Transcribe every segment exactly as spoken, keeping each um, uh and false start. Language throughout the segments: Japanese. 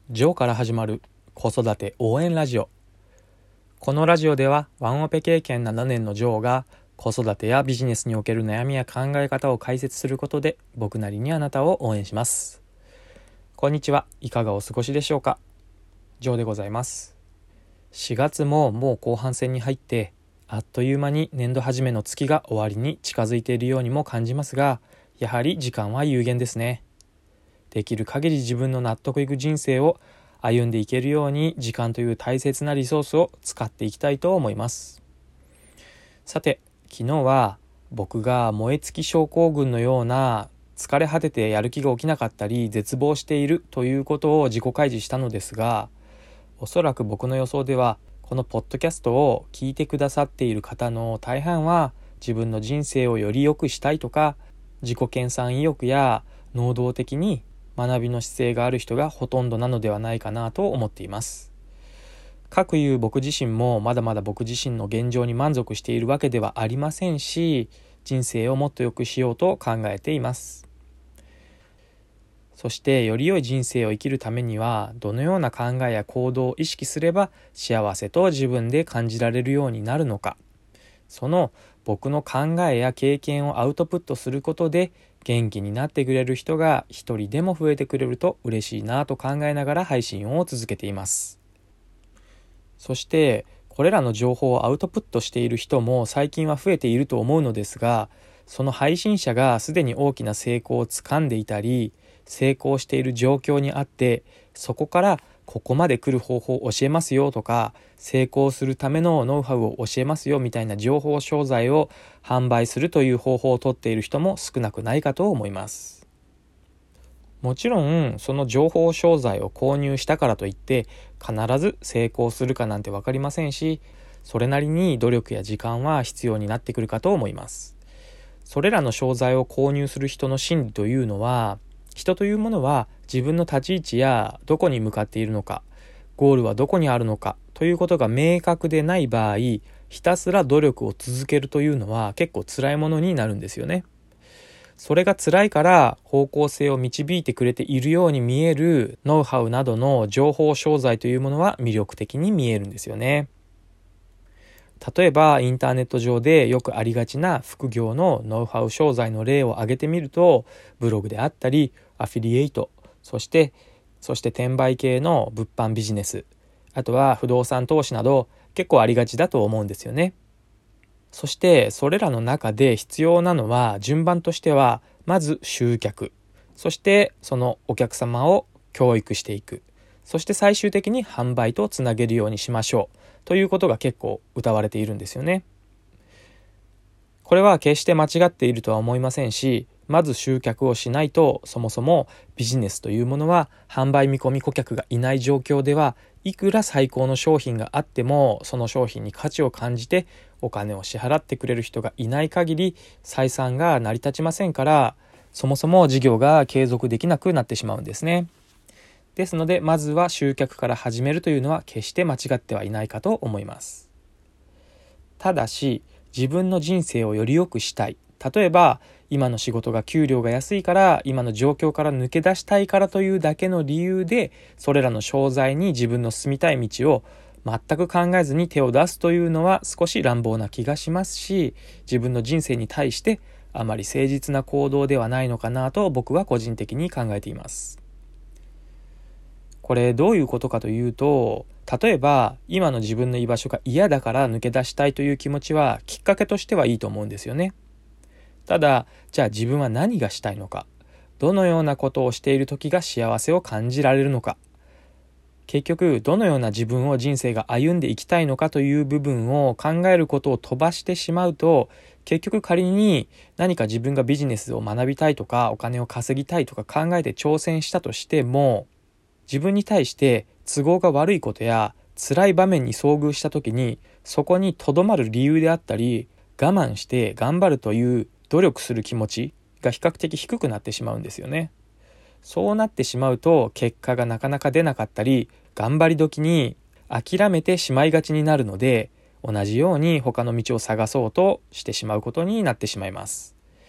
ジョーから始まる子育て応援ラジオ。このラジオではワンオペ経験ななねんのジョーが子育てやビジネスにおける悩みや考え方を解説することで僕なりにあなたを応援します。こんにちは、いかがお過ごしでしょうか。ジョーでございます。しがつももう後半戦に入ってあっという間に年度初めの月が終わりに近づいているようにも感じますが、やはり時間は有限ですね。できる限り自分の納得いく人生を歩んでいけるように時間という大切なリソースを使っていきたいと思います。さて、昨日は僕が燃え尽き症候群のような疲れ果ててやる気が起きなかったり絶望しているということを自己開示したのですが、おそらく僕の予想ではこのポッドキャストを聞いてくださっている方の大半は自分の人生をより良くしたいとか、自己研鑽意欲や能動的に学びの姿勢がある人がほとんどなのではないかなと思っています。かくいう僕自身もまだまだ僕自身の現状に満足しているわけではありませんし、人生をもっと良くしようと考えています。そしてより良い人生を生きるためにはどのような考えや行動を意識すれば幸せと自分で感じられるようになるのか、その僕の考えや経験をアウトプットすることで元気になってくれる人が一人でも増えてくれると嬉しいなと考えながら配信を続けています。そしてこれらの情報をアウトプットしている人も最近は増えていると思うのですが、その配信者がすでに大きな成功をつかんでいたり成功している状況にあって、そこからここまで来る方法を教えますよとか、成功するためのノウハウを教えますよみたいな情報商材を販売するという方法をとっている人も少なくないかと思います。もちろんその情報商材を購入したからといって必ず成功するかなんて分かりませんし、それなりに努力や時間は必要になってくるかと思います。それらの商材を購入する人の心理というのは、人というものは自分の立ち位置やどこに向かっているのか、ゴールはどこにあるのかということが明確でない場合、ひたすら努力を続けるというのは結構辛いものになるんですよね。それが辛いから方向性を導いてくれているように見えるノウハウなどの情報商材というものは魅力的に見えるんですよね。例えばインターネット上でよくありがちな副業のノウハウ商材の例を挙げてみると、ブログであったりアフィリエイト、そしてそして転売系の物販ビジネス、あとは不動産投資など結構ありがちだと思うんですよね。そしてそれらの中で必要なのは順番としては、まず集客、そしてそのお客様を教育していく、そして最終的に販売とつなげるようにしましょうということが結構謳われているんですよね。これは決して間違っているとは思いませんし、まず集客をしないとそもそもビジネスというものは販売見込み顧客がいない状況ではいくら最高の商品があってもその商品に価値を感じてお金を支払ってくれる人がいない限り採算が成り立ちませんから、そもそも事業が継続できなくなってしまうんですね。ですのでまずは集客から始めるというのは決して間違ってはいないかと思います。ただし自分の人生をより良くしたい、例えば今の仕事が給料が安いから今の状況から抜け出したいからというだけの理由でそれらの商材に自分の進みたい道を全く考えずに手を出すというのは少し乱暴な気がしますし、自分の人生に対してあまり誠実な行動ではないのかなと僕は個人的に考えています。これどういうことかというと、例えば今の自分の居場所が嫌だから抜け出したいという気持ちはきっかけとしてはいいと思うんですよね。ただじゃあ自分は何がしたいのか、どのようなことをしている時が幸せを感じられるのか、結局どのような自分を人生が歩んでいきたいのかという部分を考えることを飛ばしてしまうと、結局仮に何か自分がビジネスを学びたいとかお金を稼ぎたいとか考えて挑戦したとしても、自分に対して都合が悪いことや辛い場面に遭遇した時にそこにとどまる理由であったり、我慢して頑張るという努力する気持ちが比較的低くなってしまうんですよね。そうなってしまうと結果がなかなか出なかったり、頑張り時に諦めてしまいがちになるので、同じように他の道を探そうとしてしまうことになってしまいます。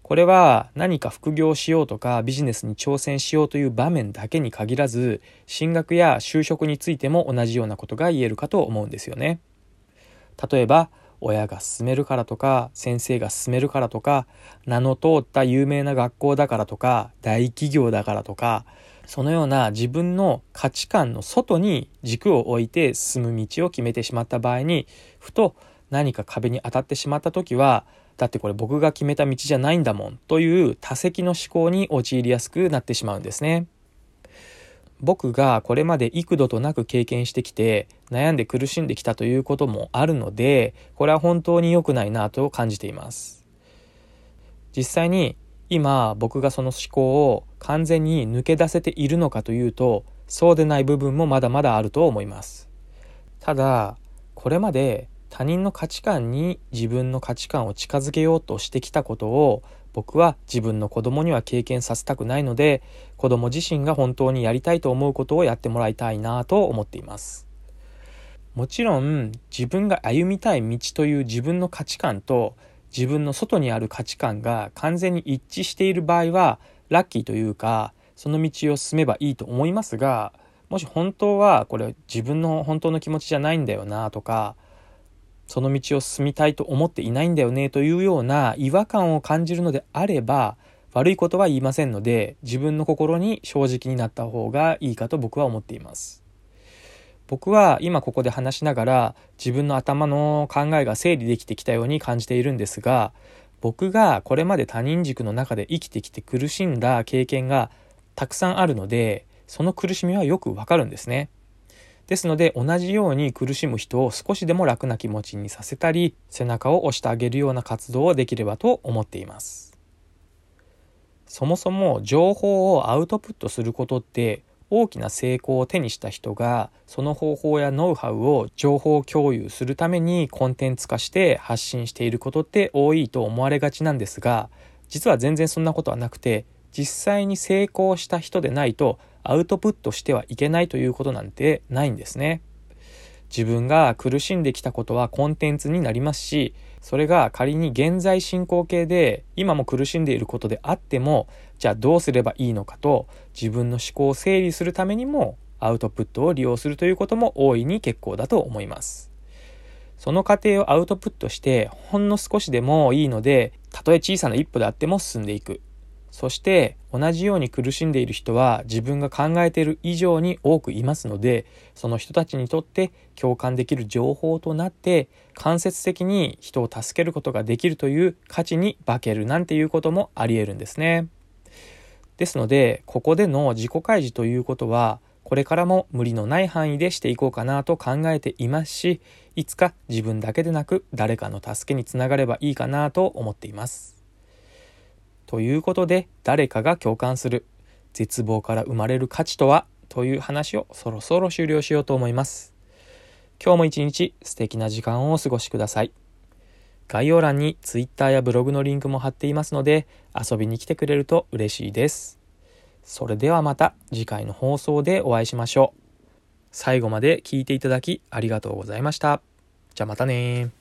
これは何か副業しようとかビジネスに挑戦しようという場面だけに限らず、進学や就職についても同じようなことが言えるかと思うんですよね。例えば親が勧めるからとか、先生が勧めるからとか、名の通った有名な学校だからとか、大企業だからとか、そのような自分の価値観の外に軸を置いて進む道を決めてしまった場合に、ふと何か壁に当たってしまった時は、だってこれ僕が決めた道じゃないんだもんという多責の思考に陥りやすくなってしまうんですね。僕がこれまで幾度となく経験してきて悩んで苦しんできたということもあるので、これは本当に良くないなと感じています。実際に今僕がその思考を完全に抜け出せているのかというと、そうでない部分もまだまだあると思います。ただこれまで他人の価値観に自分の価値観を近づけようとしてきたことを僕は自分の子供には経験させたくないので、子供自身が本当にやりたいと思うことをやってもらいたいなと思っています。もちろん自分が歩みたい道という自分の価値観と自分の外にある価値観が完全に一致している場合はラッキーというか、その道を進めばいいと思いますが、もし本当はこれ自分の本当の気持ちじゃないんだよなとか、その道を進みたいと思っていないんだよねというような違和感を感じるのであれば、悪いことは言いませんので、自分の心に正直になった方がいいかと僕は思っています。僕は今ここで話しながら自分の頭の考えが整理できてきたように感じているんですが、僕がこれまで他人軸の中で生きてきて苦しんだ経験がたくさんあるので、その苦しみはよくわかるんですね。ですので同じように苦しむ人を少しでも楽な気持ちにさせたり、背中を押してあげるような活動をできればと思っています。そもそも情報をアウトプットすることって大きな成功を手にした人がその方法やノウハウを情報共有するためにコンテンツ化して発信していることって多いと思われがちなんですが、実は全然そんなことはなくて、実際に成功した人でないとアウトプットしてはいけないということなんてないんですね。自分が苦しんできたことはコンテンツになりますし、それが仮に現在進行形で今も苦しんでいることであっても、じゃあどうすればいいのかと自分の思考を整理するためにもアウトプットを利用するということも大いに結構だと思います。その過程をアウトプットしてほんの少しでもいいので、たとえ小さな一歩であっても進んでいく。そして同じように苦しんでいる人は自分が考えている以上に多くいますので、その人たちにとって共感できる情報となって間接的に人を助けることができるという価値に化けるなんていうこともあり得るんですね。ですのでここでの自己開示ということはこれからも無理のない範囲でしていこうかなと考えていますし、いつか自分だけでなく誰かの助けにつながればいいかなと思っています。ということで、誰かが共感する絶望から生まれる価値とはという話をそろそろ終了しようと思います。今日も一日素敵な時間をお過ごしください。概要欄に Twitter やブログのリンクも貼っていますので、遊びに来てくれると嬉しいです。それではまた次回の放送でお会いしましょう。最後まで聞いていただきありがとうございました。じゃあまたね。